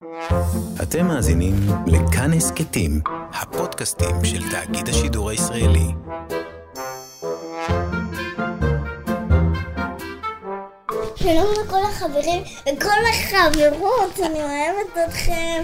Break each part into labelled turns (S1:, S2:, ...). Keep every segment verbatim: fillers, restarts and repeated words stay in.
S1: אתם מאזינים לכאן הסכתים, הפודקאסטים של תאגיד השידור הישראלי.
S2: שלום לכל החברים וכל החברות, אני אוהבת אתכם.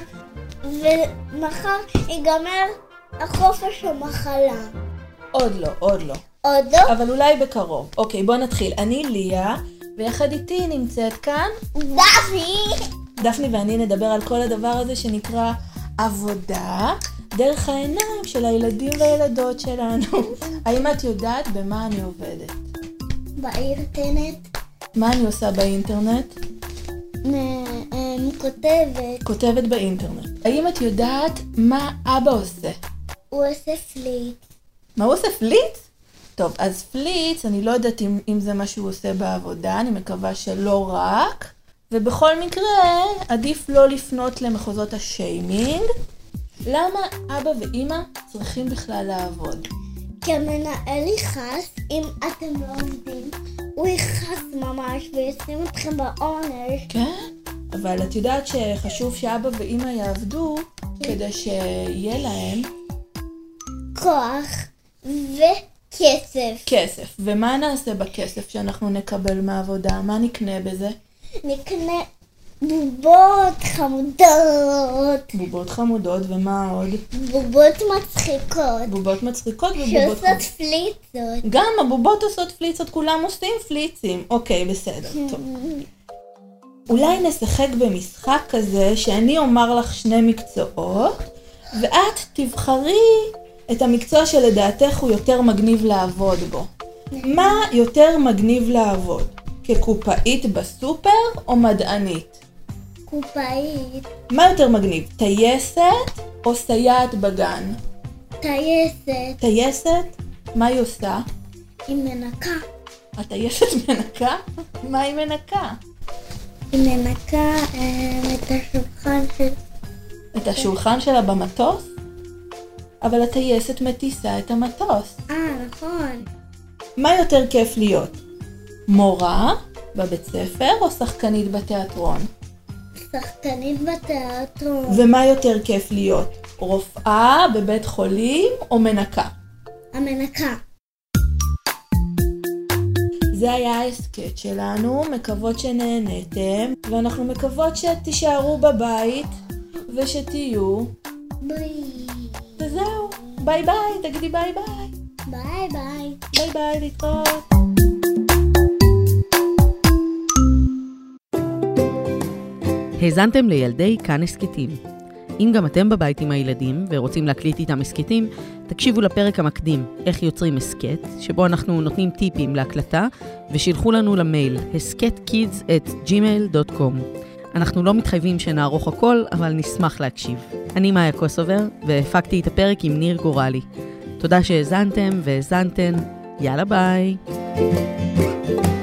S2: ומחר ייגמר החופש המחלה.
S3: עוד לא, עוד לא.
S2: עוד לא?
S3: אבל אולי בקרוב. אוקיי, בוא נתחיל. אני ליה, ויחד איתי נמצאת כאן
S2: דפני.
S3: דפני ואני נדבר על כל הדבר הזה שנקרא עבודה, דרך העיניים של הילדים והילדות שלנו. האם את יודעת במה אני עובדת?
S2: באינטרנט.
S3: מה אני עושה באינטרנט?
S2: אני כותבת.
S3: כותבת באינטרנט. האם את יודעת מה אבא עושה?
S2: הוא עושה פליץ.
S3: מה הוא עושה? פליץ? טוב, אז פליץ, אני לא יודעת אם, אם זה מה שהוא עושה בעבודה, אני מקווה שלא רק. ובכל מקרה, עדיף לא לפנות למחוזות השיימינג. למה אבא ואמא צריכים בכלל לעבוד?
S2: כי המנהל יכעס אם אתם לא עובדים. הוא יכעס ממש וישים אתכם בעונש.
S3: כן, אבל את יודעת שחשוב שאבא ואמא יעבדו כדי שיהיה להם
S2: כוח וכסף.
S3: כסף. ומה נעשה בכסף שאנחנו נקבל מהעבודה? מה נקנה בזה?
S2: נקנה בובות חמודות.
S3: בובות חמודות, ומה עוד?
S2: בובות מצחיקות.
S3: בובות מצחיקות ובובות
S2: שעושות פליצות.
S3: גם הבובות עושות פליצות, כולם עושים פליצים. אוקיי, בסדר, טוב. אולי נשחק במשחק כזה שאני אומר לך שני מקצועות, ואת תבחרי את המקצוע שלדעתך הוא יותר מגניב לעבוד בו. מה יותר מגניב לעבוד? כקופאית בסופר או מדענית?
S2: קופאית.
S3: מה יותר מגניב? טייסת או סייעת בגן?
S2: טייסת.
S3: טייסת? מה היא עושה?
S2: היא מנקה.
S3: הטייסת מנקה? מה היא מנקה?
S2: היא מנקה אה, את השולחן של...
S3: את השולחן שלה במטוס? אבל הטייסת מטיסה את המטוס.
S2: אה, נכון.
S3: מה יותר כיף להיות? מורה בבית ספר או שחקנית בתיאטרון?
S2: שחקנית בתיאטרון.
S3: ומה יותר כיף להיות? רופאה בבית חולים או מנקה?
S2: המנקה. זה
S3: היה ההסקט שלנו, מקוות שנהנתם, ואנחנו מקוות שתישארו בבית ושתהיו.
S2: ביי.
S3: וזהו, ביי ביי, תגידי ביי ביי.
S2: ביי ביי.
S3: ביי ביי, להתראות.
S4: האזנתם לילדי כאן הסכתים. אם גם אתם בבית עם הילדים ורוצים להקליט איתם הסכתים, תקשיבו לפרק המקדים, איך יוצרים הסכת, שבו אנחנו נותנים טיפים להקלטה, ושילחו לנו למייל, הסכת קידס את ג'ימייל דוט קום. אנחנו לא מתחייבים שנערוך הכל, אבל נשמח להקשיב. אני מאיה קוסובר, והפקתי את הפרק עם ניר גורלי. תודה שהאזנתם והאזנתן, יאללה ביי.